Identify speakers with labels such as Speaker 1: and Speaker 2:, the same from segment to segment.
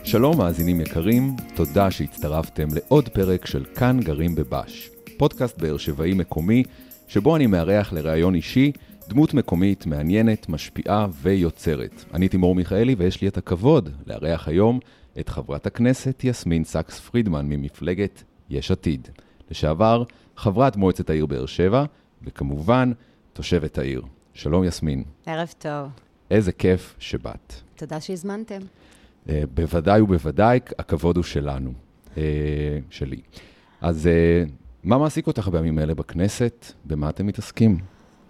Speaker 1: שלום מאזינים יקרים, תודה שהצטרפתם לעוד פרק של כאן גרים בבש, פודקאסט באר שבעי מקומי, שבו אני מארח לראיון אישי, דמות מקומית מעניינת, משפיעה ויוצרת. אני תימור מיכאלי ויש לי את הכבוד לארח היום את חברת הכנסת יסמין סקס פרידמן ממפלגת יש עתיד. לשעבר חברת מועצת העיר באר שבע, וכמובן תושבת העיר. שלום יסמין.
Speaker 2: ערב טוב.
Speaker 1: איזה כיף שבאת.
Speaker 2: תודה שהזמנתם.
Speaker 1: בוודאי ובוודאי, הכבוד הוא שלנו, שלי. אז מה מעסיק אותך בימים אלה בכנסת? במה אתם מתעסקים?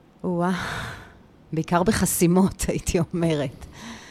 Speaker 2: בעיקר בחסימות, הייתי אומרת.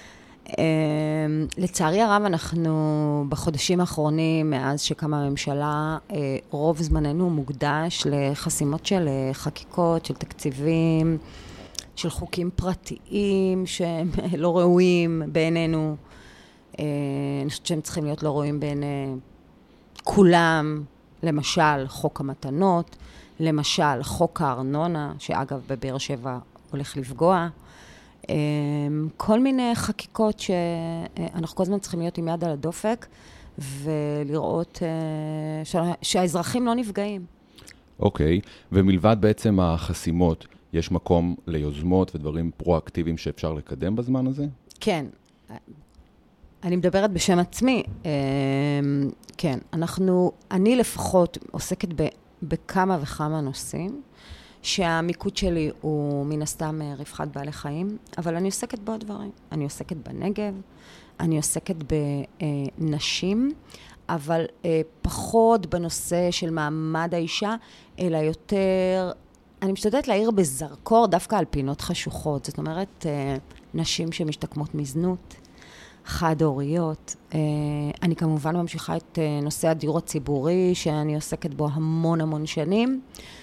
Speaker 2: לצערי הרב, אנחנו בחודשים האחרונים, מאז שקמה הממשלה, רוב זמננו מוקדש לחסימות של חקיקות, של תקציבים, של חוקים פרטיים שהם לא ראויים בעינינו. אני חושבת שהם צריכים להיות לא רואים בין כולם, למשל חוק המתנות, למשל חוק הארנונה, שאגב בבאר שבע הולך לפגוע, כל מיני חקיקות שאנחנו כל הזמן צריכים להיות עם יד על הדופק, ולראות שהאזרחים לא נפגעים.
Speaker 1: אוקיי, ומלבד בעצם החסימות, יש מקום ליוזמות ודברים פרואקטיביים שאפשר לקדם בזמן הזה?
Speaker 2: כן. אני מדברת בשם עצמי, כן, אני לפחות עוסקת בכמה וכמה נושאים, שהמיקוד שלי הוא מן הסתם רווחת בעלי חיים, אבל אני עוסקת בעוד דברים. אני עוסקת בנגב, אני עוסקת בנשים, אבל פחות בנושא של מעמד האישה, אלא יותר, אני משתדלת להעיר בזרקור דווקא על פינות חשוכות, זאת אומרת, נשים שמשתקמות מזנות, חד-הוריות. אני כמובן ממשיכה את נושא הדיור הציבורי, שאני עוסקת בו המון שנים.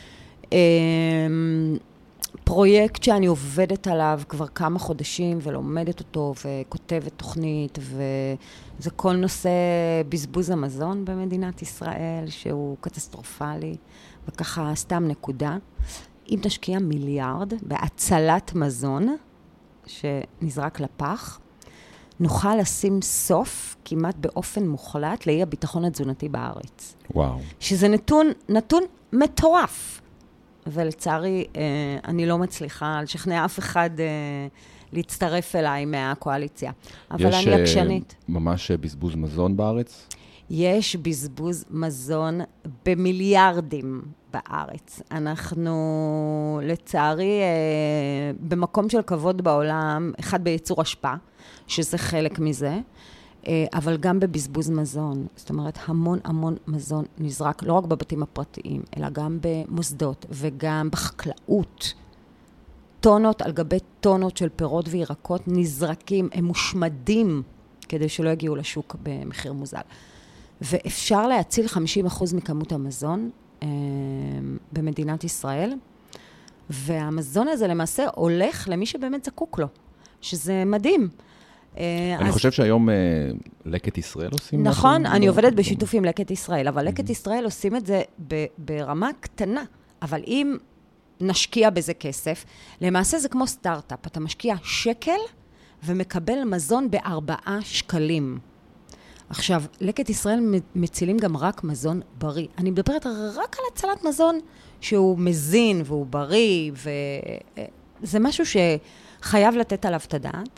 Speaker 2: פרויקט שאני עובדת עליו כבר כמה חודשים, ולומדת אותו, וכותבת תוכנית, וזה כל נושא בזבוז המזון במדינת ישראל, שהוא קטסטרופלי, וככה סתם נקודה. אם תשקיע מיליארד בהצלת מזון, שנזרק לפח, נוכל לשים סוף כמעט באופן מוחלט לאי הביטחון התזונתי בארץ.
Speaker 1: וואו. שזה
Speaker 2: נתון מטורף. ולצערי, אני לא מצליחה לשכנע אף אחד להצטרף אליי מהקואליציה. אבל אני עקשנית.
Speaker 1: יש ממש בזבוז מזון בארץ?
Speaker 2: יש בזבוז מזון במיליארדים בארץ. אנחנו, לצערי, במקום של כבוד בעולם, אחד בייצור השפעה, שזה חלק מזה, אבל גם בבזבוז מזון. זאת אומרת, המון מזון נזרק, לא רק בבתים הפרטיים, אלא גם במוסדות וגם בחקלאות. טונות על גבי טונות של פירות וירקות נזרקים, הם מושמדים כדי שלא יגיעו לשוק במחיר מוזל. ואפשר להציל 50% מכמות המזון במדינת ישראל, והמזון הזה למעשה הולך למי שבאמת זקוק לו, שזה מדהים.
Speaker 1: אני חושב שהיום לקט ישראל עושים...
Speaker 2: נכון, אני עובדת בשיתוף עם לקט ישראל, אבל לקט ישראל עושים את זה ברמה קטנה, אבל אם נשקיע בזה כסף, למעשה זה כמו סטארט-אפ, אתה משקיע שקל ומקבל מזון ב4 שקלים. עכשיו, לקט ישראל מצילים גם רק מזון בריא. אני מדברת רק על הצלת מזון שהוא מזין והוא בריא, וזה משהו שחייב לתת עליו את הדעת.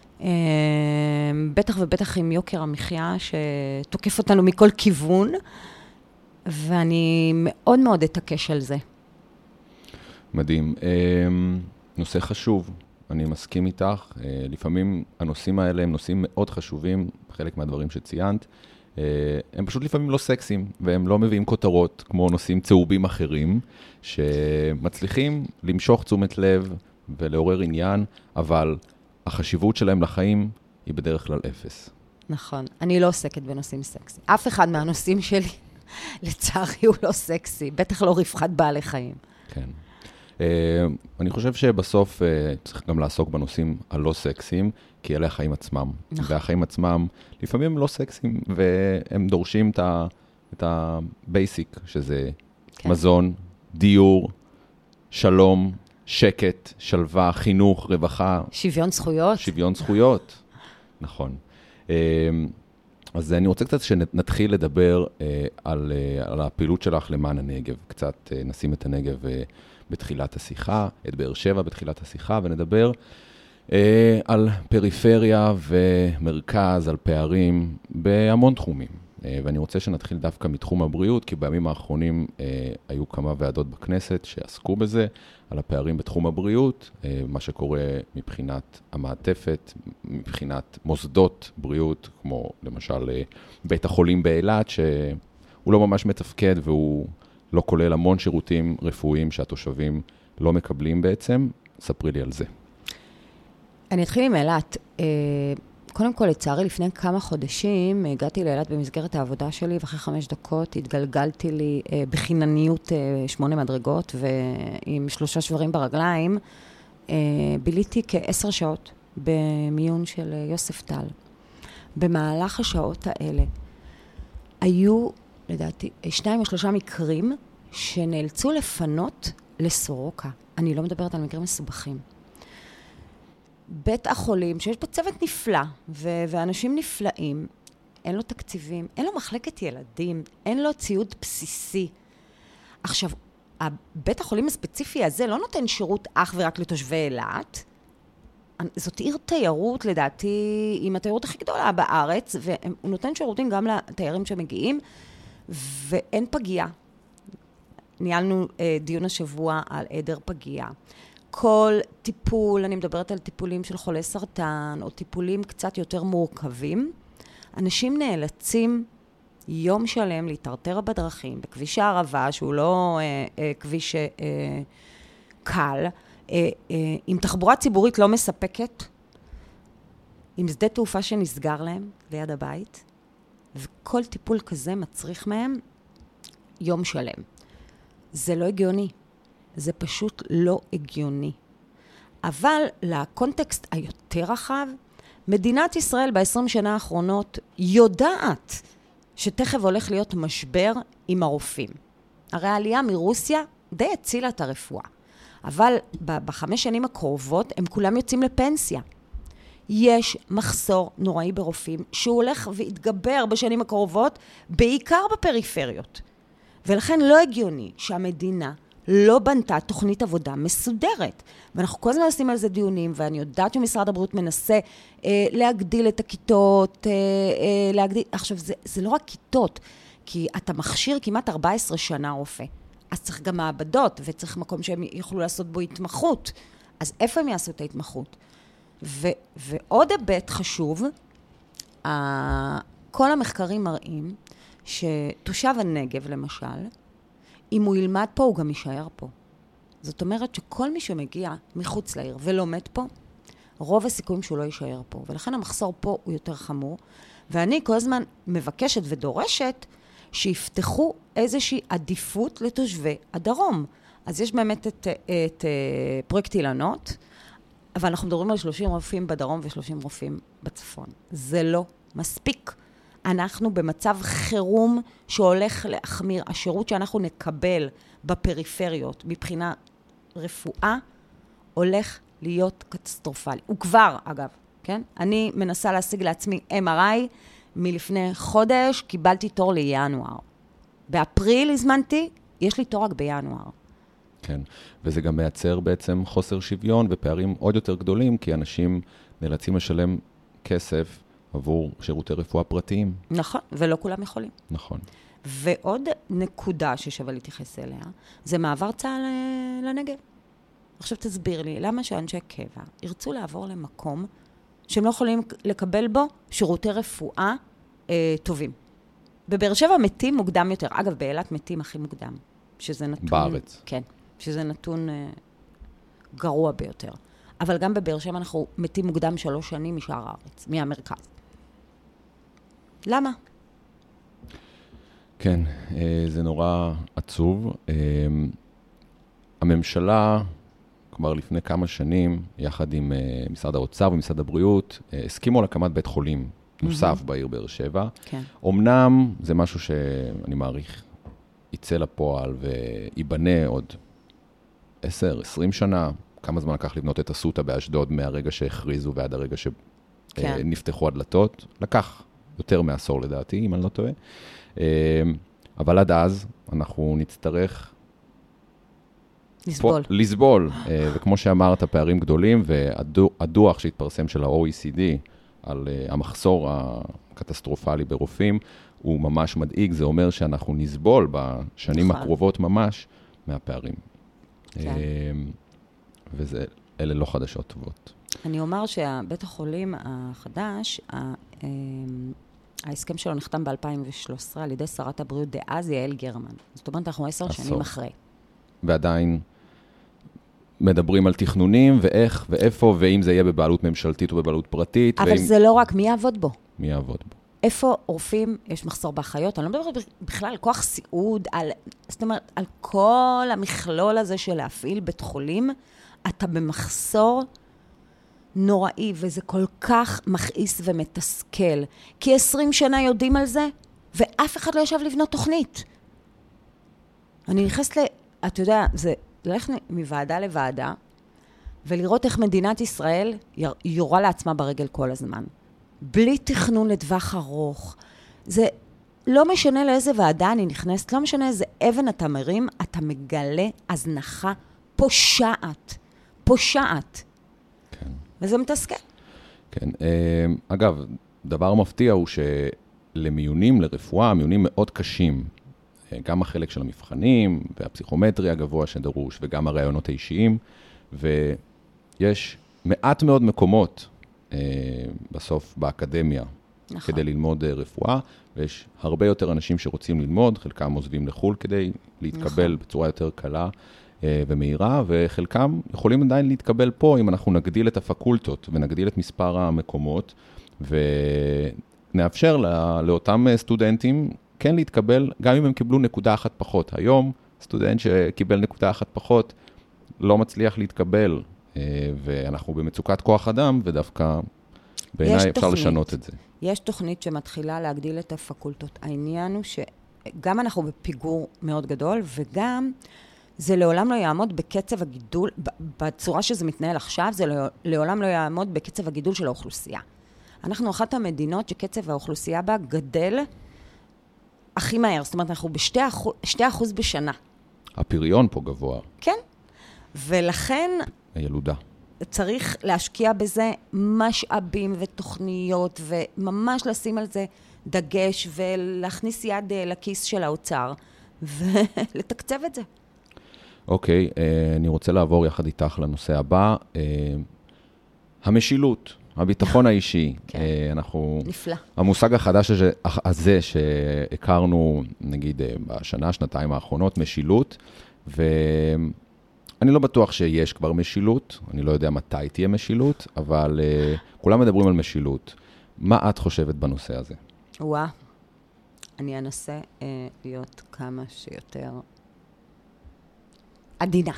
Speaker 2: בטח ובטח עם יוקר המחיה שתוקף אותנו מכל כיוון, ואני מאוד אתעקש על זה.
Speaker 1: מדהים. נושא חשוב. אני מסכים איתך, לפעמים הנושאים האלה הם נושאים מאוד חשובים, חלק מהדברים שציינת, הם פשוט לפעמים לא סקסיים, והם לא מביאים כותרות כמו נושאים צהובים אחרים, שמצליחים למשוך תשומת לב ולעורר עניין, אבל החשיבות שלהם לחיים היא בדרך כלל 0.
Speaker 2: נכון, אני לא עוסקת בנושאים סקסיים. אף אחד מהנושאים שלי, לצערי הוא לא סקסי, בטח לא רווחת בעלי חיים.
Speaker 1: כן. אני חושב שבסוף צריך גם לעסוק בנושאים הלא סקסיים, כי אלה החיים עצמם. והחיים עצמם לפעמים הם לא סקסיים, והם דורשים את הבייסיק, שזה מזון, דיור, שלום, שקט, שלווה, חינוך, רווחה.
Speaker 2: שוויון זכויות.
Speaker 1: שוויון זכויות, נכון. אז אני רוצה קצת שנתחיל לדבר על הפעילות שלך למען הנגב. קצת נשים את הנגב בתחילת השיחה, את באר שבע בתחילת השיחה, ונדבר על פריפריה ומרכז, על פערים בהמון תחומים. ואני רוצה שנתחיל דווקא מתחום הבריאות, כי בימים האחרונים היו כמה ועדות בכנסת שעסקו בזה, על הפערים בתחום הבריאות, מה שקורה מבחינת המעטפת, מבחינת מוסדות בריאות, כמו למשל בית החולים באילת, שהוא לא ממש מתפקד והוא לא כולל המון שירותים רפואיים שהתושבים לא מקבלים בעצם. ספרי לי על זה.
Speaker 2: אני אתחיל עם אילת. קודם כל, לצערי, לפני כמה חודשים הגעתי לאילת במסגרת העבודה שלי, ואחרי 5 דקות התגלגלתי לי בחינניות 8 מדרגות, ועם 3 שברים ברגליים, ביליתי כ10 שעות במיון של יוסף טל. במהלך השעות האלה היו, לדעתי, 2 או 3 מקרים שנאלצו לפנות לסורוקה. אני לא מדברת על מקרים מסובכים. בית החולים, שיש בו צוות נפלא, ואנשים נפלאים, אין לו תקציבים, אין לו מחלקת ילדים, אין לו ציוד בסיסי. עכשיו, בית החולים הספציפי הזה לא נותן שירות אך ורק לתושבי אילת. זאת עיר תיירות, לדעתי, עם התיירות הכי גדולה בארץ, והוא נותן שירותים גם לתיירים שמגיעים, ואין פגיעה. ניהלנו דיון השבוע על עדר פגיעה. כל טיפול, אני מדברת על טיפולים של חולי סרטן, או טיפולים קצת יותר מורכבים, אנשים נאלצים יום שלם להתרטר בדרכים, בכביש הערבה, שהוא לא כביש קל, עם תחבורה ציבורית לא מספקת, עם שדה תעופה שנסגר להם ליד הבית, וכל טיפול כזה מצריך מהם יום שלם. זה לא הגיוני. זה פשוט לא הגיוני. אבל לקונטקסט היותר רחב, מדינת ישראל ב-20 שנה האחרונות יודעת שתכף הולך להיות משבר עם הרופאים. הרי העלייה מרוסיה די הצילה את הרפואה. אבל ב5 שנים הקרובות הם כולם יוצאים לפנסיה. יש מחסור נוראי ברופאים שהוא הולך והתגבר בשנים הקרובות, בעיקר בפריפריות. ולכן לא הגיוני שהמדינה לא בנתה תוכנית עבודה מסודרת. ואנחנו כל הזמן עושים על זה דיונים, ואני יודעת שמשרד הבריאות מנסה להגדיל את הכיתות, עכשיו, זה לא רק כיתות, כי אתה מכשיר כמעט 14 שנה רופא. אז צריך גם מעבדות, וצריך מקום שהם יוכלו לעשות בו התמחות. אז איפה הם יעשו את ההתמחות? ועוד היבט חשוב, כל המחקרים מראים שתושב הנגב, למשל, אם הוא ילמד פה, הוא גם יישאר פה. זאת אומרת שכל מי שמגיע מחוץ לעיר ולומד פה, רוב הסיכויים שהוא לא יישאר פה. ולכן המחסור פה הוא יותר חמור. ואני כל הזמן מבקשת ודורשת שיפתחו איזושהי עדיפות לתושבי הדרום. אז יש באמת את פרויקט אילנות, אבל אנחנו מדברים על 30 רופאים בדרום ו30 רופאים בצפון. זה לא מספיק. אנחנו במצב חירום שהולך להחמיר. השירות שאנחנו נקבל בפריפריות מבחינה רפואה הולך להיות קטסטרופלי. הוא כבר, אגב, כן? אני מנסה להשיג לעצמי MRI מלפני חודש, קיבלתי תור לינואר. באפריל הזמנתי, יש לי תור רק בינואר.
Speaker 1: כן, וזה גם מייצר בעצם חוסר שוויון ופערים עוד יותר גדולים, כי אנשים נאלצים לשלם כסף עבור שירותי רפואה פרטיים. נכון,
Speaker 2: ולא כולם יכולים.
Speaker 1: נכון.
Speaker 2: ועוד נקודה ששווה להתייחס אליה, זה מעבר צה"ל לנגב. עכשיו תסביר לי, למה שאנשי קבע ירצו לעבור למקום שהם לא יכולים לקבל בו שירותי רפואה טובים? בבאר שבע מתים מוקדם יותר. אגב, באילת מתים הכי מוקדם. שזה נתון...
Speaker 1: בארץ.
Speaker 2: כן, שזה נתון גרוע ביותר. אבל גם בבאר שבע אנחנו מתים מוקדם 3 שנים משאר הארץ, מהמרכז. למה?
Speaker 1: כן, זה נורא עצוב. הממשלה, כבר לפני כמה שנים, יחד עם משרד האוצר ומשרד הבריאות, הסכימו על הקמת בית חולים נוסף בעיר באר שבע.
Speaker 2: כן.
Speaker 1: אמנם זה משהו שאני מעריך יצא לפועל ויבנה עוד 10-20 שנה. כמה זמן לקח לבנות את אסותא באשדוד מהרגע שהכריזו ועד הרגע שנפתחו הדלתות? לקח יותר מעשור לדעתי, אם אני לא טועה. אבל עד אז אנחנו נצטרך לסבול. וכמו שאמרת, פערים גדולים, והדוח שהתפרסם של ה-OECD על המחסור הקטסטרופלי ברופאים, הוא ממש מדאיג. זה אומר שאנחנו נסבול בשנים הקרובות ממש מהפערים. ואלה לא חדשות טובות.
Speaker 2: אני אומר שבית החולים החדש, ההסכם שלו נחתם ב-2013 על ידי שרת הבריאות דאז יעל גרמן. זאת אומרת, אנחנו 10 שנים אחרי.
Speaker 1: ועדיין מדברים על תכנונים, ואיך ואיפה, ואם זה יהיה בבעלות ממשלתית או בבעלות פרטית.
Speaker 2: אבל זה לא רק, מי יעבוד בו?
Speaker 1: מי יעבוד בו?
Speaker 2: איפה רופאים, יש מחסור באחיות, אני לא מדברת בכלל על כוח סיעוד, זאת אומרת, על כל המכלול הזה של להפעיל בית חולים, אתה במחסור נוראי, וזה כל כך מכעיס ומתסכל. כי 20 שנה יודעים על זה, ואף אחד לא ישב לבנות תוכנית. אני נכנסת אתה יודע, זה ללכת מוועדה לוועדה, ולראות איך מדינת ישראל יורה לעצמה ברגל כל הזמן. בלי תכנון לטווח ארוך. זה לא משנה לאיזה ועדה אני נכנסת, לא משנה איזה אבן אתה מרים, אתה מגלה הזנחה פושעת. פושעת.
Speaker 1: כן.
Speaker 2: וזה מתסכל.
Speaker 1: כן. אגב, דבר מפתיע הוא שלמיונים לרפואה, מיונים מאוד קשים, גם החלק של המבחנים, והפסיכומטרי הגבוה שדרוש, וגם הרעיונות האישיים, ויש מעט מאוד מקומות בסוף באקדמיה, נכון. כדי ללמוד רפואה, ויש הרבה יותר אנשים שרוצים ללמוד, חלקם עוזבים לחול כדי להתקבל נכון. בצורה יותר קלה ומהירה, וחלקם יכולים עדיין להתקבל פה, אם אנחנו נגדיל את הפקולטות, ונגדיל את מספר המקומות, ונאפשר לאותם סטודנטים, כן להתקבל, גם אם הם קיבלו נקודה אחת פחות. היום, סטודנט שקיבל נקודה אחת פחות, לא מצליח להתקבל, ואנחנו במצוקת כוח אדם, ודווקא בעיניי אפשר לשנות את זה.
Speaker 2: יש תוכנית שמתחילה להגדיל את הפקולטות. העניין הוא שגם אנחנו בפיגור מאוד גדול, וגם זה לעולם לא יעמוד בקצב הגידול, בצורה שזה מתנהל עכשיו, זה לעולם לא יעמוד בקצב הגידול של האוכלוסייה. אנחנו אחת המדינות שקצב האוכלוסייה בה גדל הכי מהר, זאת אומרת, אנחנו ב2% בשנה.
Speaker 1: הפריון פה גבוה.
Speaker 2: כן, ולכן
Speaker 1: הילודה.
Speaker 2: צריך להשקיע בזה משאבים ותוכניות, וממש לשים על זה דגש, ולהכניס יד לכיס של האוצר, ולתקצב את זה.
Speaker 1: אוקיי, אני רוצה לעבור יחד איתך לנושא הבא. המשילות, הביטחון האישי. אנחנו...
Speaker 2: נפלא.
Speaker 1: המושג החדש הזה שהכרנו, נגיד, בשנה, שנתיים האחרונות, משילות, אני לא בטוח שיש כבר משילות, אני לא יודע מתי תהיה משילות, אבל כולם מדברים על משילות. מה את חושבת בנושא הזה?
Speaker 2: אני אנסה להיות כמה שיותר עדינה.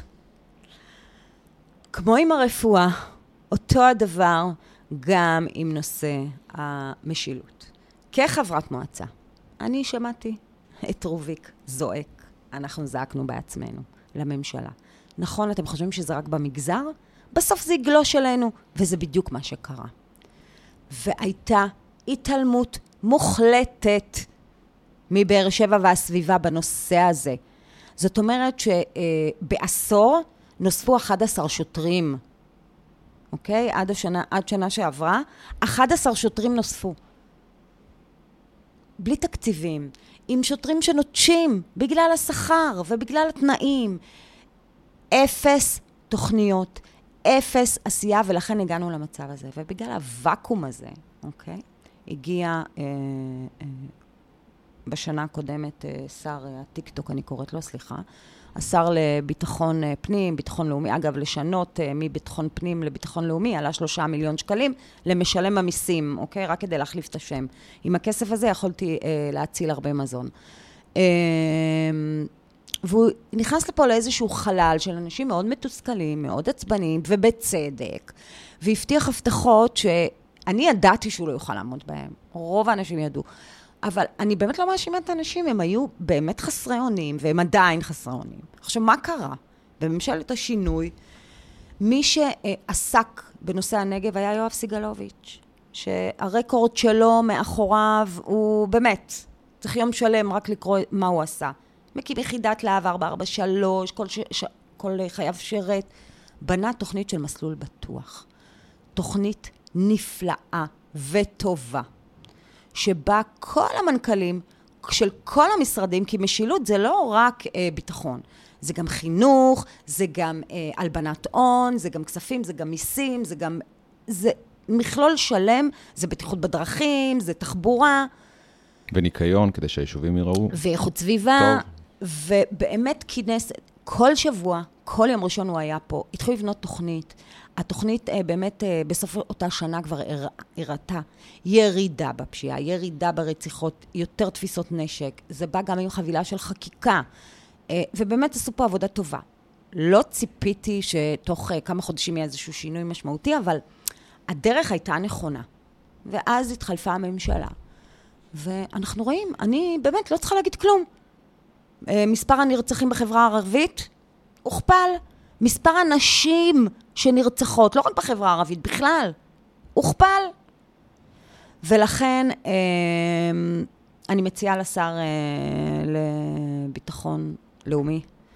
Speaker 2: כמו עם הרפואה, אותו הדבר גם עם נושא המשילות. כחברת מועצה, אני שמעתי את רוביק זועק, אנחנו זעקנו בעצמנו לממשלה. נכון, אתם חושבים שזה רק במגזר? בסוף זה יגלוש אלינו, וזה בדיוק מה שקרה. והייתה התעלמות מוחלטת מבאר שבע והסביבה בנושא הזה. זאת אומרת שבעשור נוספו 11 שוטרים, אוקיי? עד שנה שעברה, 11 שוטרים נוספו. בלי תקציבים, עם שוטרים שנוטשים בגלל השכר ובגלל התנאים. 0 תוכניות, 0 עשייה, ולכן הגענו למצב הזה. ובגלל הוואקום הזה, אוקיי? הגיע בשנה הקודמת שר הטיקטוק, אני קוראת לו, סליחה, השר לביטחון פנים, ביטחון לאומי, אגב, לשנות מביטחון פנים לביטחון לאומי, עלה 3 מיליון שקלים למשלם המיסים, אוקיי? רק כדי להחליף את השם. עם הכסף הזה יכולתי להציל הרבה מזון. והוא נכנס לפה לאיזשהו חלל של אנשים מאוד מתוסכלים, מאוד עצבניים, ובצדק, והבטיח הבטחות שאני ידעתי שהוא לא יוכל לעמוד בהם. רוב האנשים ידעו. אבל אני באמת לא מאשימה את האנשים, הם היו באמת חסרי אונים, והם עדיין חסרי אונים. עכשיו, מה קרה? בממשלת השינוי, מי שעסק בנושא הנגב היה יואב סיגלוביץ'. שהרקורד שלו מאחוריו הוא באמת, צריך יום שלם רק לקרוא מה הוא עשה. מקים יחידת להב 443, כל חייו שרת, בנה תוכנית של מסלול בטוח. תוכנית נפלאה וטובה, שבה כל המנכ"לים של כל המשרדים, כי משילות זה לא רק ביטחון, זה גם חינוך, זה גם הלבנת הון, זה גם כספים, זה גם מיסים, זה מכלול שלם, זה בטיחות בדרכים, זה תחבורה.
Speaker 1: וניקיון, כדי שהיישובים יראו.
Speaker 2: ואיכות סביבה, ובאמת כינס, כל שבוע, כל יום ראשון הוא היה פה, התחיל לבנות תוכנית. התוכנית באמת בסוף אותה שנה כבר הראתה ירידה בפשיעה, ירידה ברציחות, יותר תפיסות נשק. זה בא גם עם חבילה של חקיקה, ובאמת עשו פה עבודה טובה. לא ציפיתי שתוך כמה חודשים יהיה איזשהו שינוי משמעותי, אבל הדרך הייתה נכונה. ואז התחלפה הממשלה. ואנחנו רואים, אני באמת לא צריכה להגיד כלום. מספר הנרצחים בחברה הערבית הוכפל. מספר הנשים שנרצחות, לא רק בחברה הערבית, בכלל, הוכפל. ולכן אני מציעה לשר לביטחון לאומי,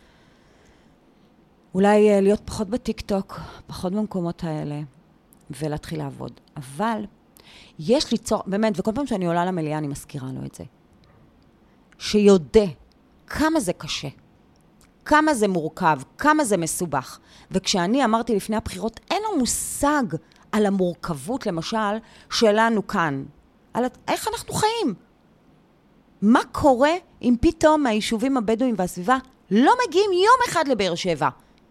Speaker 2: אולי להיות פחות בטיק-טוק, פחות במקומות האלה, ולהתחיל לעבוד. אבל יש ליצור, באמת, וכל פעם שאני עולה למליאה אני מזכירה לו את זה, שיודע כמה זה קשה, כמה זה מורכב, כמה זה מסובך. וכשאני אמרתי לפני הבחירות, אין לו מושג על המורכבות, למשל, שלנו כאן. על איך אנחנו חיים. מה קורה אם פתאום מהיישובים הבדואים והסביבה לא מגיעים יום אחד לבאר שבע?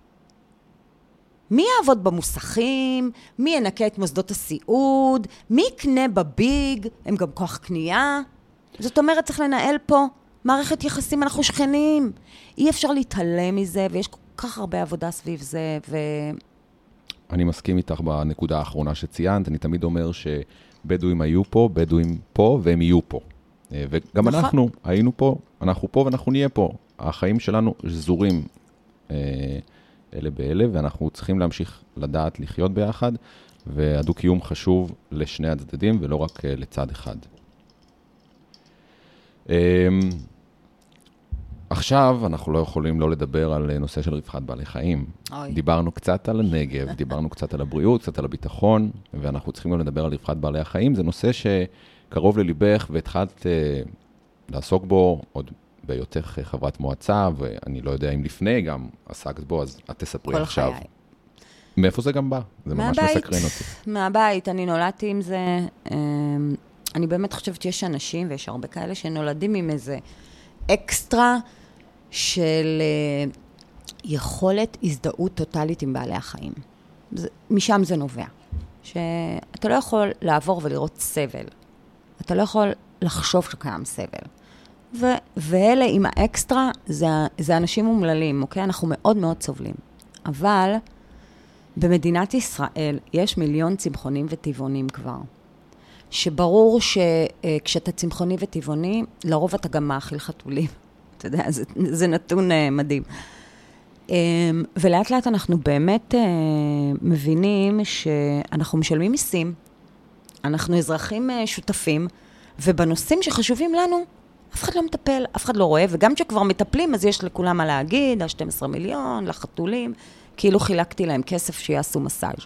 Speaker 2: מי יעבוד במוסכים? מי ינקה את מוסדות הסיעוד? מי יקנה בביג? הם גם כוח קנייה. זאת אומרת, צריך לנהל פה מערכת יחסים, אנחנו שכנים. אי אפשר להתעלם מזה, ויש כל כך הרבה עבודה סביב זה,
Speaker 1: אני מסכים איתך בנקודה האחרונה שציינת, אני תמיד אומר שבדואים היו פה, בדואים פה, והם יהיו פה. וגם
Speaker 2: נכון.
Speaker 1: אנחנו היינו פה, אנחנו פה ואנחנו נהיה פה. החיים שלנו זורים אלה באלה, ואנחנו צריכים להמשיך לדעת לחיות ביחד, והדו-קיום חשוב לשני הצדדים, ולא רק לצד אחד. עכשיו אנחנו לא יכולים לא לדבר על נושא של רווחת בעלי חיים. דיברנו קצת על הנגב, דיברנו קצת על הבריאות, קצת על הביטחון, ואנחנו צריכים גם לדבר על רווחת בעלי החיים. זה נושא שקרוב לליבך, והתחלת לעסוק בו עוד בהיותך חברת מועצה, ואני לא יודע אם לפני גם עסקת בו, אז את תספרי עכשיו.
Speaker 2: חיי.
Speaker 1: מאיפה זה גם בא? זה ממש מסקרן אותי.
Speaker 2: מהבית, אני נולדתי עם זה. אני באמת חושבת שיש אנשים, ויש הרבה כאלה שנולדים עם איזה אקסטרה של יכולת הזדהות טוטלית עם בעלי החיים. משם זה נובע. שאתה לא יכול לעבור ולראות סבל. אתה לא יכול לחשוב שקיים סבל. ואלה עם האקסטרה, זה אנשים מומללים, אוקיי? אנחנו מאוד מאוד סובלים. אבל במדינת ישראל יש מיליון צמחונים וטבעונים כבר. שברור שכשאתה צמחוני וטבעוני, לרוב אתה גם מאכיל חתולים. אתה יודע, זה נתון מדהים. ולאט לאט אנחנו באמת מבינים שאנחנו משלמים מיסים, אנחנו אזרחים שותפים, ובנושאים שחשובים לנו, אף אחד לא מטפל, אף אחד לא רואה, וגם כשכבר מטפלים, אז יש לכולם מה להגיד, ה-12 מיליון, לחתולים, כאילו חילקתי להם כסף שיעשו מסאז'.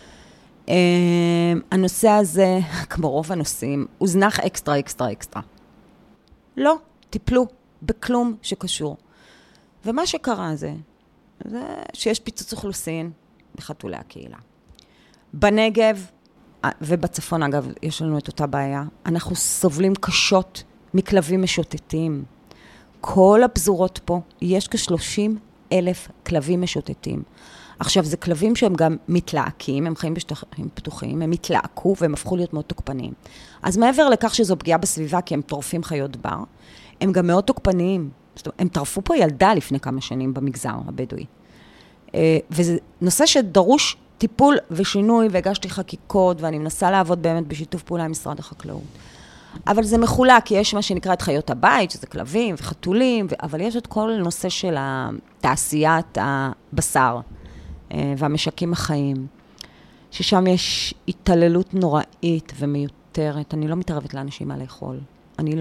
Speaker 2: הנושא הזה, כמו רוב הנושאים, הוזנח אקסטרה, אקסטרה, אקסטרה. לא, טיפלו בכלום שקשור. ומה שקרה זה שיש פיצוץ אוכלוסין בחתולי הקהילה. בנגב, ובצפון אגב, יש לנו את אותה בעיה, אנחנו סובלים קשות מכלבים משוטטים. כל הפזורות פה, יש כ-30,000 כלבים משוטטים. עכשיו, זה כלבים שהם גם מתלעקים, הם חיים בשטחים פתוחים, הם מתלעקו והם הפכו להיות מאוד תוקפניים. אז מעבר לכך שזו פגיעה בסביבה, כי הם טורפים חיות בר, הם גם מאוד תוקפניים. זאת אומרת, הם טרפו פה ילדה לפני כמה שנים במגזר הבדואי. וזה נושא שדרוש טיפול ושינוי, והגשתי חקיקות, ואני מנסה לעבוד באמת בשיתוף פעולה עם משרד החקלאות. אבל זה מחולק, כי יש מה שנקרא את חיות הבית, שזה כלבים וחתולים, אבל יש את כל נושא של תעשיית הבשר והמשקים החיים, ששם יש התעללות נוראית ומיותרת. אני לא מתערבת לאנשים מה לאכול. אני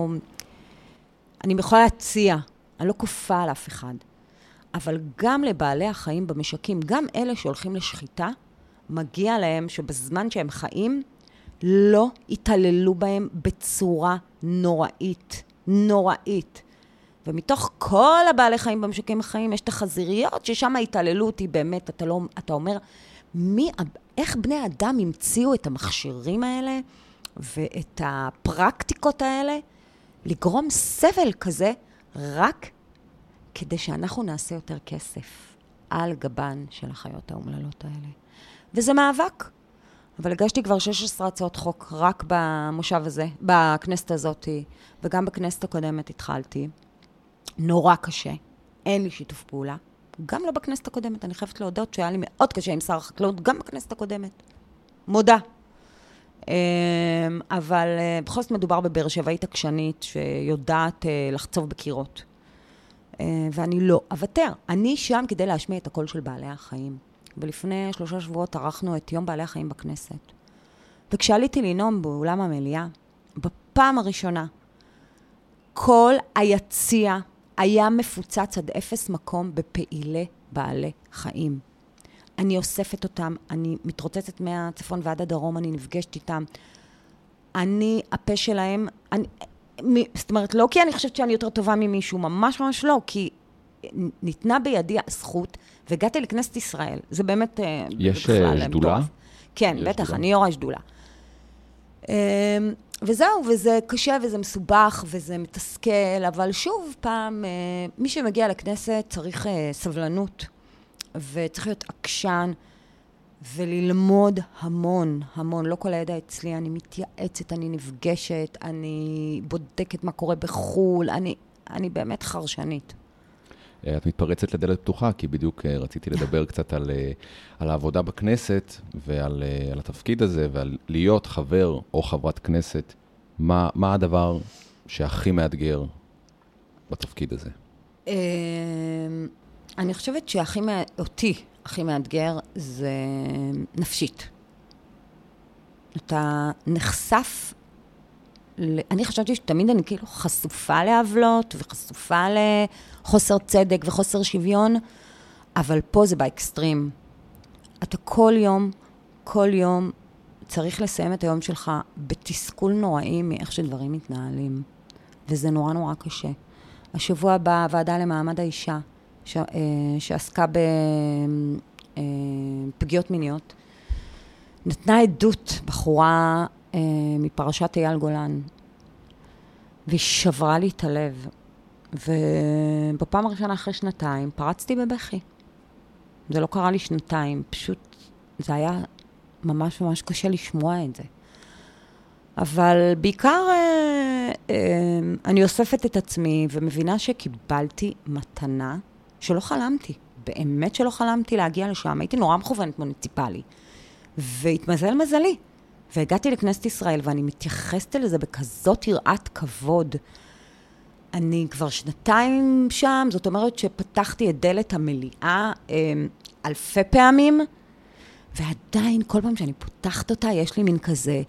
Speaker 2: יכולה להציע, אני לא כופה על אף אחד. אבל גם לבעלי החיים במשקים, גם אלה שהולכים לשחיטה, מגיע להם שבזמן שהם חיים, לא יתעללו בהם בצורה נוראית. נוראית. ומתוך כל הבעלי חיים במשקים החיים, יש את החזיריות, ששם ההתעללות היא באמת, אתה אומר, איך בני אדם המציאו את המכשירים האלה, ואת הפרקטיקות האלה, לגרום סבל כזה, רק כדי שאנחנו נעשה יותר כסף על גבן של החיות האומללות האלה. וזה מאבק. אבל הגשתי כבר 16 הצעות חוק רק במושב הזה, בכנסת הזאת, וגם בכנסת הקודמת התחלתי. נורא קשה. אין לי שיתוף פעולה. גם לא בכנסת הקודמת. אני חייבת להודות שהיה לי מאוד קשה עם שר החקלאות, גם בכנסת הקודמת. מודה. אבל בכל זאת מדובר בבאר שבעית עקשנית שיודעת לחצוב בקירות. ואני לא אוותר. אני שם כדי להשמיע את הקול של בעלי החיים. ולפני 3 שבועות ערכנו את יום בעלי החיים בכנסת. וכשעליתי לנאום באולם המליאה, בפעם הראשונה, כל היציע היה מפוצץ עד 0 מקום בפעילי בעלי חיים. אני אוספת אותם, אני מתרוצצת מהצפון ועד הדרום, אני נפגשת איתם. אני, הפה שלהם, זאת אומרת, לא כי אני חושבת שאני יותר טובה ממישהו, ממש ממש לא, כי ניתנה בידי הזכות, והגעתי לכנסת ישראל. זה באמת...
Speaker 1: יש שדולה?
Speaker 2: כן, בטח, אני יו"ר השדולה. וזהו, וזה קשה וזה מסובך וזה מתסכל, אבל שוב פעם, מי שמגיע לכנסת צריך סבלנות, וצריך להיות עקשן, וללמוד המון, המון. לא כל הידע אצלי, אני מתייעצת, אני נפגשת, אני בודקת מה קורה בחול, אני באמת חרשנית.
Speaker 1: את מתפרצת לדלת פתוחה, כי בדיוק רציתי לדבר קצת על העבודה בכנסת, ועל התפקיד הזה, ועל להיות חבר או חברת כנסת. מה הדבר שהכי מאתגר בתפקיד הזה?
Speaker 2: אני חושבת אותי הכי מאתגר זה נפשית. אתה נחשף, אני חושבת שתמיד אני כאילו חשופה לעוולות, וחשופה לחוסר צדק וחוסר שוויון, אבל פה זה באקסטרים. אתה כל יום צריך לסיים את היום שלך בתסכול נוראי מאיך שדברים מתנהלים. וזה נורא נורא קשה. השבוע הבא, הוועדה למעמד האישה, שעסקה בפגיעות מיניות, נתנה עדות בחורה מפרשת אייל גולן, והיא שברה לי את הלב. ובפעם הראשונה אחרי 2 פרצתי בבכי. זה לא קרה לי 2, פשוט זה היה ממש ממש קשה לשמוע את זה. אבל בעיקר אני אוספת את עצמי ומבינה שקיבלתי מתנה שלא חלמתי. באמת שלא חלמתי להגיע לשם. הייתי נורא מכוונת מוניציפלי. והתמזל מזלי. והגעתי לכנסת ישראל ואני מתייחסת לזה בכזאת יראת כבוד. אני כבר 2 שם, זאת אומרת שפתחתי את דלת המליאה אלפי פעמים, ועדיין כל פעם שאני פותחת אותה יש לי מין כזה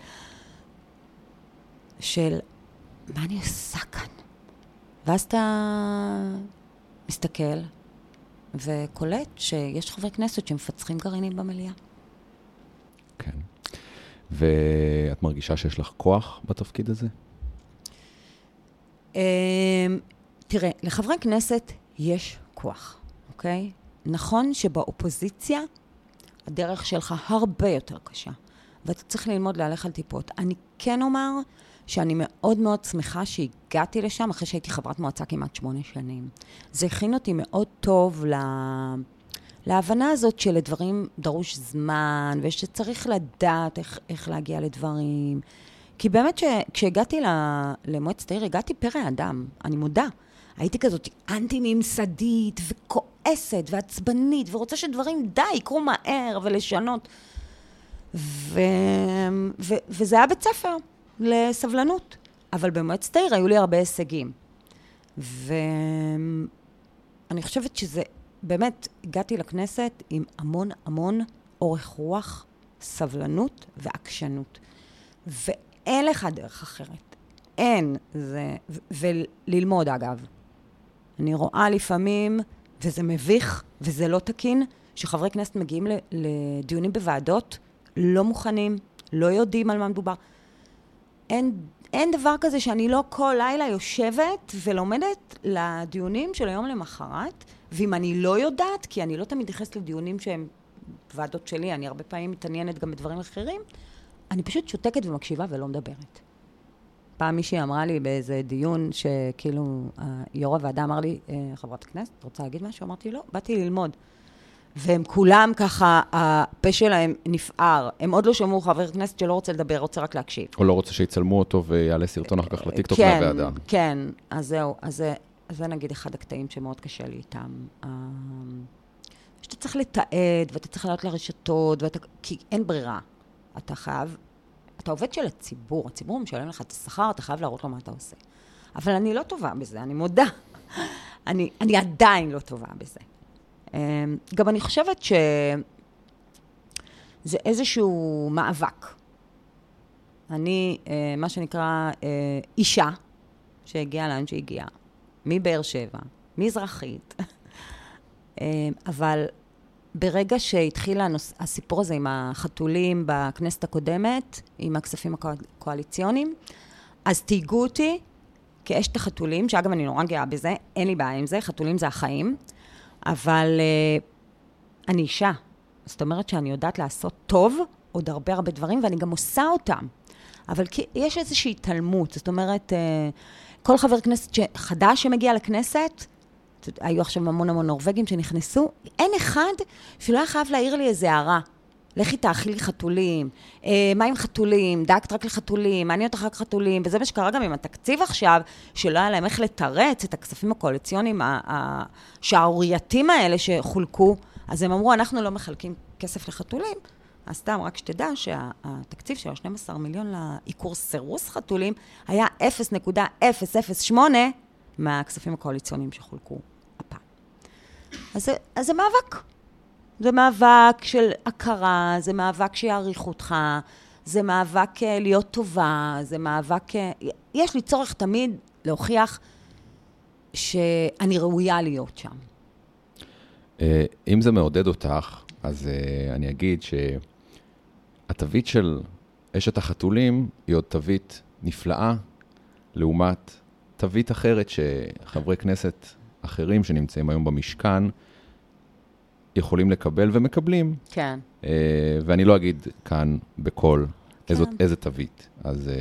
Speaker 2: של מה אני עושה כאן? ואז אתה מסתכל וקולט שיש חברי כנסת שמפצחים גרעינים במליאה.
Speaker 1: כן. ואת מרגישה שיש לך כוח בתפקיד הזה?
Speaker 2: תראה, לחברי כנסת יש כוח, אוקיי? נכון שבאופוזיציה הדרך שלך הרבה יותר קשה, ואתה צריך ללמוד להלך על טיפות. אני כן אומר שאני מאוד מאוד שמחה שהגעתי לשם אחרי שהייתי חברת מועצה כמעט 8 שנים. זה הכין אותי מאוד טוב להבנה הזאת שלדברים דרוש זמן, ושצריך לדעת איך להגיע לדברים. כי באמת כשהגעתי למועצת העיר, הגעתי פרא אדם, אני מודה. הייתי כזאת אנטי-ממסדית וכועסת ועצבנית, ורוצה שדברים די יקרו מהר ולשנות. וזה היה בית ספר לסבלנות. אבל במועצת העיר היו לי הרבה הישגים. ואני חושבת שזה, באמת, הגעתי לכנסת עם המון המון אורך רוח סבלנות ועקשנות. ואין לך דרך אחרת. אין. וללמוד, אגב. אני רואה לפעמים, וזה מביך, וזה לא תקין, שחברי כנסת מגיעים לדיונים בוועדות, לא מוכנים, לא יודעים על מה מדובר. אין דבר כזה שאני לא כל לילה יושבת ולומדת לדיונים של היום למחרת, ואם אני לא יודעת, כי אני לא תמיד נכנסת לדיונים שהם ועדות שלי, אני הרבה פעמים מתעניינת גם בדברים אחרים, אני פשוט שותקת ומקשיבה ולא מדברת. פעם מישהי אמרה לי באיזה דיון, שכאילו יו"ר הוועדה אמר לי, חברת הכנסת, את רוצה להגיד משהו? אמרתי, לא, באתי ללמוד. והם כולם ככה, הפה שלהם נפער. הם עוד לא שמעו חבר כנסת שלא רוצה לדבר, רוצה רק להקשיב.
Speaker 1: או לא רוצה שיצלמו אותו ויעלה סרטון אחר כך לטיקטוק מהוועדה.
Speaker 2: כן, אז זהו. אז זה נגיד אחד הקטעים שמאוד קשה לי איתם. שאתה צריך לתעד, ואתה צריך לעלות לרשתות, כי אין ברירה. אתה חייב, אתה עובד של הציבור, הציבור משלם לך את השכר, אתה חייב להראות לו מה אתה עושה. אבל אני לא טובה בזה, אני מודה. אני עדיין לא טובה בזה. גם אני חושבת שזה איזשהו מאבק. אני, מה שנקרא, אישה שהגיעה לאן שהגיעה, מבאר שבע, מזרחית, אבל ברגע שהתחיל הסיפור הזה עם החתולים בכנסת הקודמת, עם הכספים הקואליציוניים, אז תהיגו אותי כאשת החתולים, שאגב אני נורא גאה בזה, אין לי בעיה עם זה, חתולים זה החיים, אבל אני אישה. זאת אומרת שאני יודעת לעשות טוב, עוד הרבה דברים, ואני גם עושה אותם. אבל יש איזושהי התעלמות, זאת אומרת, כל חבר כנסת חדש שמגיע לכנסת, היו עכשיו המון נורווגים שנכנסו, אין אחד שלא היה חייב להעיר לי איזה הערה. לכי תאכילי לי חתולים, מה עם חתולים, דאגת רק לחתולים, מעניין אותך רק חתולים, וזה מה שקרה גם עם התקציב עכשיו, שלא היה להם איך לתרץ את הכספים הקואליציוניים השערורייתיים האלה שחולקו, אז הם אמרו, אנחנו לא מחלקים כסף לחתולים, אז סתם רק שתדע שהתקציב של 12 מיליון לעיקור סירוס חתולים, היה 0.008 מהכספים הקואליציוניים שחולקו הפעם. אז זה מאבק. זה מאבק של הכרה, זה מאבק שיעריך אותך, זה מאבק להיות טובה, זה מאבק... יש לי צורך תמיד להוכיח שאני ראויה להיות שם.
Speaker 1: אם זה מעודד אותך, אז אני אגיד שהתווית של אשת החתולים היא עוד תווית נפלאה, לעומת תווית אחרת שחברי כנסת אחרים שנמצאים היום במשכן, יכולים לקבל ומקבלים.
Speaker 2: כן.
Speaker 1: ואני לא אגיד כאן בכל איזה תווית. אז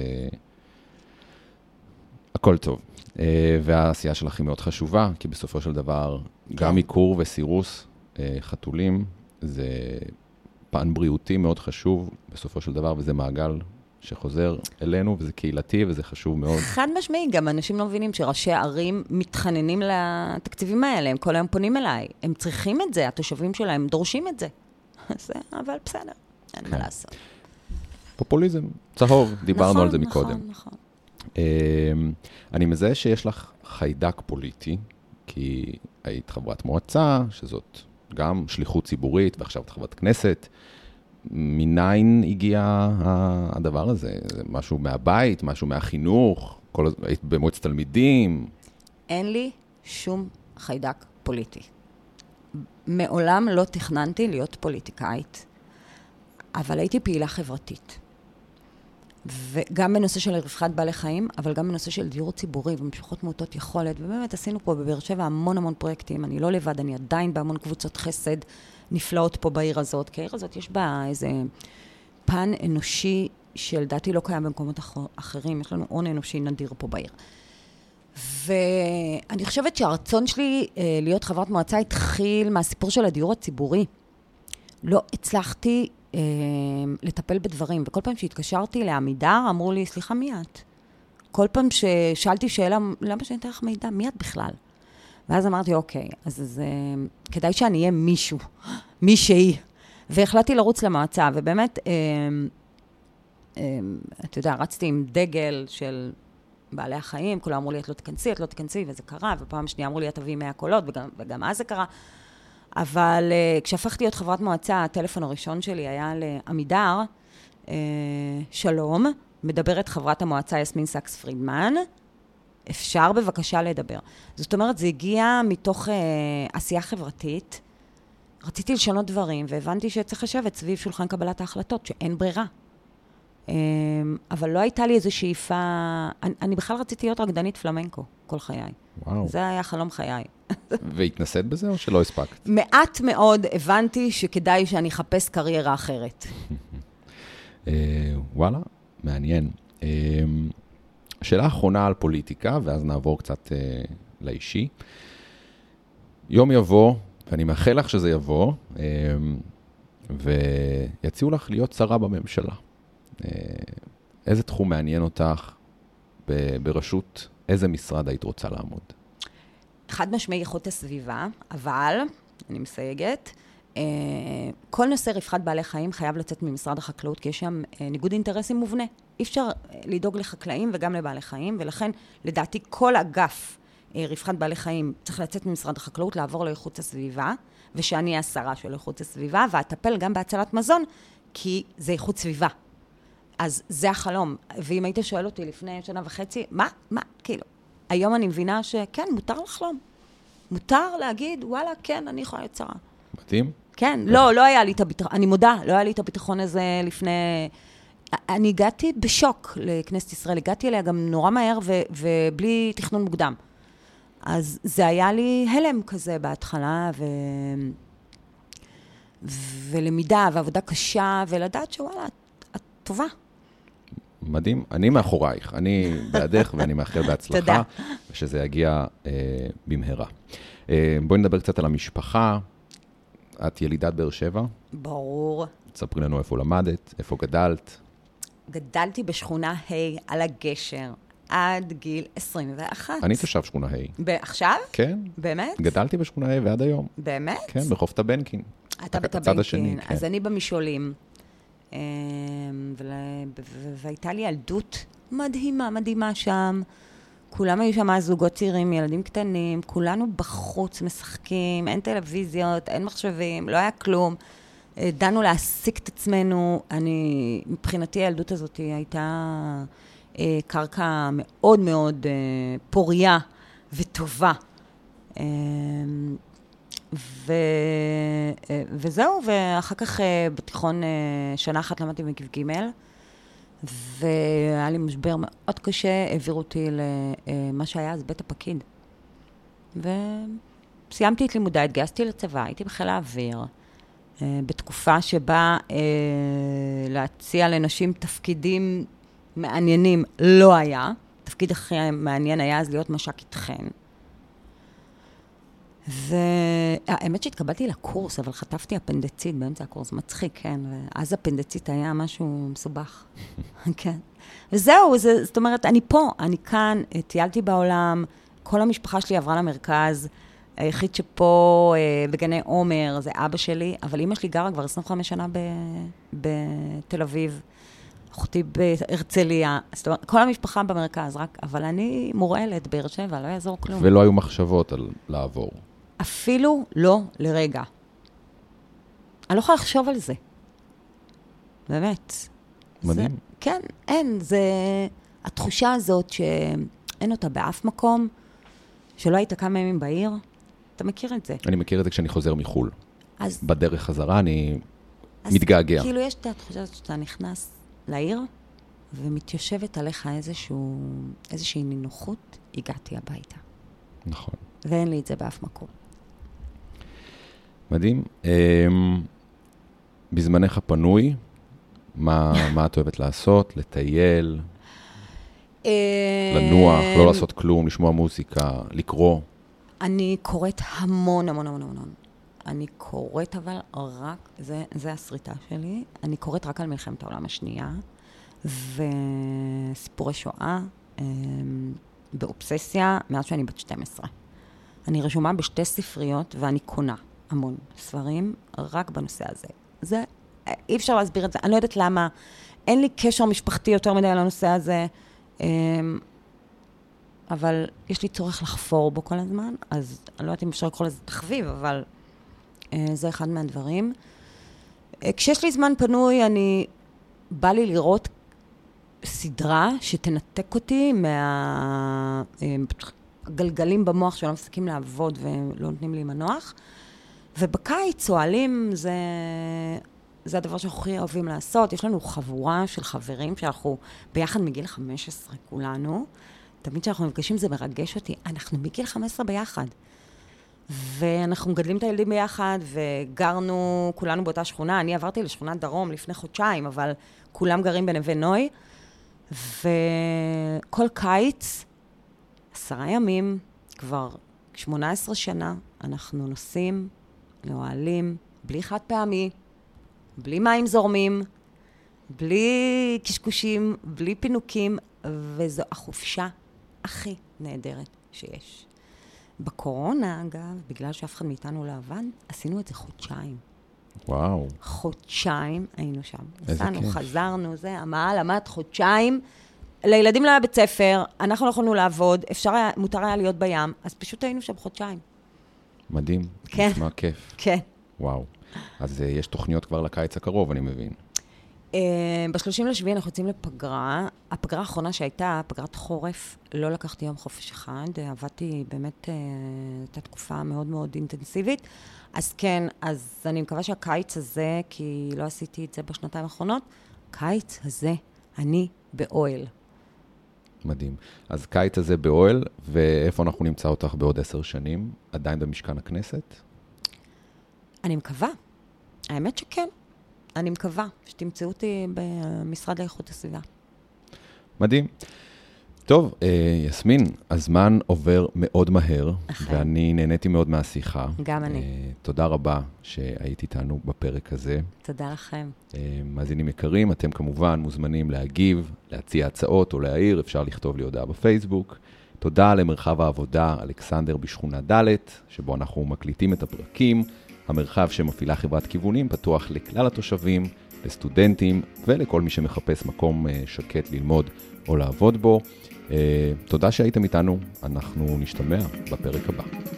Speaker 1: הכל טוב. והעשייה שלך היא מאוד חשובה, כי בסופו של דבר, גם עיקור וסירוס חתולים, זה פן בריאותי מאוד חשוב בסופו של דבר, וזה מעגל שחוזר אלינו, וזה קהילתי, וזה חשוב מאוד.
Speaker 2: חד משמעי, גם אנשים לא מבינים שראשי ערים מתחננים לתקציבים האלה, הם כל היום פונים אליי, הם צריכים את זה, התושבים שלהם דורשים את זה. אבל בסדר, אין מה לעשות.
Speaker 1: פופוליזם, צהוב, דיברנו על זה מקודם.
Speaker 2: נכון.
Speaker 1: אני מזהה שיש לך חיידק פוליטי, כי היית חברת מועצה, שזאת גם שליחות ציבורית, ועכשיו את חברת כנסת, מניין הגיע הדבר הזה? זה משהו מהבית, משהו מהחינוך, היית במועצת תלמידים?
Speaker 2: אין לי שום חיידק פוליטי. מעולם לא תכננתי להיות פוליטיקאית, אבל הייתי פעילה חברתית. וגם בנושא של רווחת בעלי חיים, אבל גם בנושא של דיור ציבורי ומשפחות מעוטות יכולת, ובאמת עשינו פה בבאר שבע המון פרויקטים, אני לא לבד, אני עדיין בהמון קבוצות חסד נפלאות פה בעיר הזאת, כי העיר הזאת יש בה איזה פן אנושי שלדעתי לא קיים במקומות אחרים, יש לנו הון אנושי נדיר פה בעיר. ואני חושבת שהרצון שלי להיות חברת מועצה התחיל מהסיפור של הדיור הציבורי. לא הצלחתי לטפל בדברים, וכל פעם שהתקשרתי לעמידר, אמרו לי, סליחה, מי את? כל פעם ששאלתי שאלה, למה שאני אתן לך מידע? מי את בכלל? ואז אמרתי, אוקיי, אז כדאי שאני אהיה מישהו, מישהי. והחלטתי לרוץ למועצה, ובאמת, אתה יודע, רצתי עם דגל של בעלי החיים, כולם אמרו לי, את לא תכנסי, וזה קרה, ופעם שנייה אמרו לי, את תביאי 100 קולות, וגם אז זה קרה. אבל כשהפכתי להיות חברת מועצה, הטלפון הראשון שלי היה לעמידר, שלום, מדברת חברת המועצה יסמין סקס פרידמן, אפשר בבקשה לדבר. זאת אומרת, זה הגיע מתוך עשייה חברתית, רציתי לשנות דברים, והבנתי שצריך לשבת סביב שולחן קבלת ההחלטות, שאין ברירה. אבל לא הייתה לי איזו שאיפה, אני בכלל רציתי להיות רקדנית פלמנקו, כל חיי.
Speaker 1: וואו.
Speaker 2: זה היה חלום חיי.
Speaker 1: והתנסית בזה או שלא הספקת?
Speaker 2: מעט מאוד הבנתי שכדאי שאני אחפש קריירה אחרת.
Speaker 1: וואלה, מעניין. שאלה אחרונה על פוליטיקה, ואז נעבור קצת לאישי. יום יבוא, ואני מאחל לך שזה יבוא, ויציעו לך להיות שרה בממשלה. איזה תחום מעניין אותך בראשות איזה משרד היית רוצה לעמוד?
Speaker 2: חד משמעי איכות הסביבה, אבל, אני מסייגת, כל נושא רווחת בעלי חיים חייב לצאת ממשרד החקלאות, כי יש שם ניגוד אינטרסים מובנה. אי אפשר לדאוג לחקלאים וגם לבעלי חיים, ולכן לדעתי כל אגף רווחת בעלי חיים צריך לצאת ממשרד החקלאות, לעבור לאיכות הסביבה, ושאני אהיה השרה של איכות הסביבה, ואטפל גם בהצלת מזון, כי זה איכות סביבה. אז זה החלום. ואם היית שואל אותי לפני 1.5 שנה, מה? כאילו, היום אני מבינה שכן, מותר לחלום. מותר להגיד, וואלה, כן, אני יכולה להיות שרה.
Speaker 1: מתאים?
Speaker 2: כן, לא היה לי את הביטחון, אני מודה, לא היה לי את הביטחון הזה לפני... אני הגעתי בשוק לכנסת ישראל, הגעתי אליה גם נורא מהר ובלי תכנון מוקדם. אז זה היה לי הלם כזה בהתחלה, ולמידה ועבודה קשה, ולדעת שוואלה, את טובה.
Speaker 1: מדהים, אני מאחורייך, אני בעדך ואני מאחל בהצלחה,
Speaker 2: תודה.
Speaker 1: ושזה יגיע במהרה. בואי נדבר קצת על המשפחה. את ילידת באר שבע?
Speaker 2: ברור.
Speaker 1: תספרי לנו איפה למדת, איפה גדלת.
Speaker 2: גדלתי בשכונה ה' על הגשר, עד גיל 21.
Speaker 1: אני תושב שכונה ה'.
Speaker 2: עכשיו?
Speaker 1: כן.
Speaker 2: באמת?
Speaker 1: גדלתי בשכונה ה' ועד היום.
Speaker 2: באמת?
Speaker 1: כן, בחוף טבנקין.
Speaker 2: אתה
Speaker 1: הצד השני,
Speaker 2: בטבנקין, אז אני במשעולים. והייתה לי ילדות מדהימה שם. כולם היו שם זוגות צעירים, ילדים קטנים, כולנו בחוץ משחקים, אין טלוויזיות, אין מחשבים, לא היה כלום. דנו להעסיק את עצמנו. מבחינתי הילדות הזאת הייתה קרקע מאוד מאוד פוריה וטובה. וזהו, ואחר כך בתיכון שנה אחת למדתי מקיף ג' והיה לי משבר מאוד קשה, העבירו אותי למה שהיה אז בית הפקיד. וסיימתי את לימודי, התגייסתי לצבא, הייתי בחיל האוויר, בתקופה שבה להציע לנשים תפקידים מעניינים לא היה. תפקיד הכי מעניין היה אז להיות מש"קית חן. והאמת שהתקבלתי לקורס, אבל חטפתי אפנדצית באמצע הקורס, מצחיק, כן, ואז אפנדצית היה משהו מסובך, כן. וזהו, זאת אומרת, אני פה, אני כאן, טיילתי בעולם, כל המשפחה שלי עברה למרכז, היחיד שפה בגני עומר, זה אבא שלי, אבל אמא שלי גרה כבר 25 שנה בתל אביב, אחותי בהרצליה, זאת אומרת, כל המשפחה במרכז, רק, אבל אני מורעלת באר שבע, לא יעזור כלום.
Speaker 1: ולא היו מחשבות על לעבור.
Speaker 2: אפילו לא לרגע. אני לא יכולה לחשוב על זה. באמת.
Speaker 1: מדהים.
Speaker 2: כן, אין. זה התחושה הזאת שאין אותה באף מקום, שלא היית כמה ימים בעיר. אתה מכיר את זה?
Speaker 1: אני מכיר את זה כשאני חוזר מחול.
Speaker 2: אז,
Speaker 1: בדרך חזרה אני מתגעגע.
Speaker 2: כאילו יש את התחושה הזאת שאתה נכנס לעיר, ומתיישבת עליך איזושהי נינוחות, הגעתי הביתה.
Speaker 1: נכון.
Speaker 2: ואין לי את זה באף מקום.
Speaker 1: מדהים. בזמנך הפנוי, מה את אוהבת לעשות? לטייל, לנוח, לא לעשות כלום, לשמוע מוזיקה, לקרוא?
Speaker 2: אני קוראת המון. אני קוראת אבל רק, זה הסריטה שלי, אני קוראת רק על מלחמת העולם השנייה, וסיפורי שואה, באובססיה, מאז שאני בת 12. אני רשומה בשתי ספריות, ואני קונה המון ספרים, רק בנושא הזה. זה, אי אפשר להסביר את זה, אני לא יודעת למה, אין לי קשר משפחתי יותר מדי על הנושא הזה, אבל יש לי צורך לחפור בו כל הזמן, אז אני לא יודעת אם אפשר לקרוא לזה תחביב, אבל זה אחד מהדברים. כשיש לי זמן פנוי, בא לי לראות סדרה שתנתק אותי מהגלגלים במוח שלא מפסיקים לעבוד ולא נותנים לי מנוח. ובקיץ צועלים, זה הדבר שאנחנו הכי אוהבים לעשות. יש לנו חבורה של חברים שאנחנו ביחד מגיל 15 כולנו. תמיד כשאנחנו נפגשים זה מרגש אותי. אנחנו מגיל 15 ביחד. ואנחנו מגדלים את הילדים ביחד, וגרנו כולנו באותה שכונה. אני עברתי לשכונת דרום לפני חודשיים, אבל כולם גרים בנווה נוי. וכל קיץ, 10 ימים, כבר 18 שנה, אנחנו נוסעים לאוהלים, בלי חד פעמי, בלי מים זורמים, בלי קשקושים, בלי פינוקים, וזו החופשה הכי נהדרת שיש. בקורונה, אגב, בגלל שאף אחד מאיתנו לא עבד, עשינו את זה חודשיים.
Speaker 1: וואו.
Speaker 2: חודשיים היינו שם.
Speaker 1: איזה כיף.
Speaker 2: חזרנו, המעל עמד חודשיים. לילדים לא היה בית ספר, אנחנו לא יכולנו לעבוד, מותר היה להיות בים, אז פשוט היינו שם חודשיים.
Speaker 1: מדהים.
Speaker 2: כן.
Speaker 1: נשמע כיף.
Speaker 2: כן.
Speaker 1: וואו. אז יש תוכניות כבר לקיץ הקרוב, אני מבין.
Speaker 2: ב-30 לשביעי אנחנו יוצאים לפגרה. הפגרה האחרונה שהייתה, פגרת חורף, לא לקחתי יום חופש אחד. עבדתי באמת, הייתה תקופה מאוד מאוד אינטנסיבית. אז כן, אז אני מקווה שהקיץ הזה, כי לא עשיתי את זה בשנתיים האחרונות, קיץ הזה, אני באוהל.
Speaker 1: מדהים. אז קיץ הזה באוהל, ואיפה אנחנו נמצא אותך בעוד 10 שנים? עדיין במשכן הכנסת?
Speaker 2: אני מקווה. האמת שכן. אני מקווה שתמצאו אותי במשרד לאיכות הסביבה.
Speaker 1: מדהים. טוב, יסמין, הזמן עובר מאוד מהר, ואני נהניתי מאוד מהשיחה.
Speaker 2: גם אני.
Speaker 1: תודה רבה שהיית איתנו בפרק הזה.
Speaker 2: תודה לכם.
Speaker 1: מאזינים יקרים, אתם כמובן מוזמנים להגיב, להציע הצעות או להעיר, אפשר לכתוב לי הודעה בפייסבוק. תודה למרחב העבודה אלכסנדר בשכונה ד', שבו אנחנו מקליטים את הפרקים. המרחב שמפעילה חברת כיוונים פתוח לכלל התושבים, לסטודנטים ולכל מי שמחפש מקום שקט ללמוד או לעבוד בו. תודה שהייתם איתנו, אנחנו נשתמע בפרק הבא.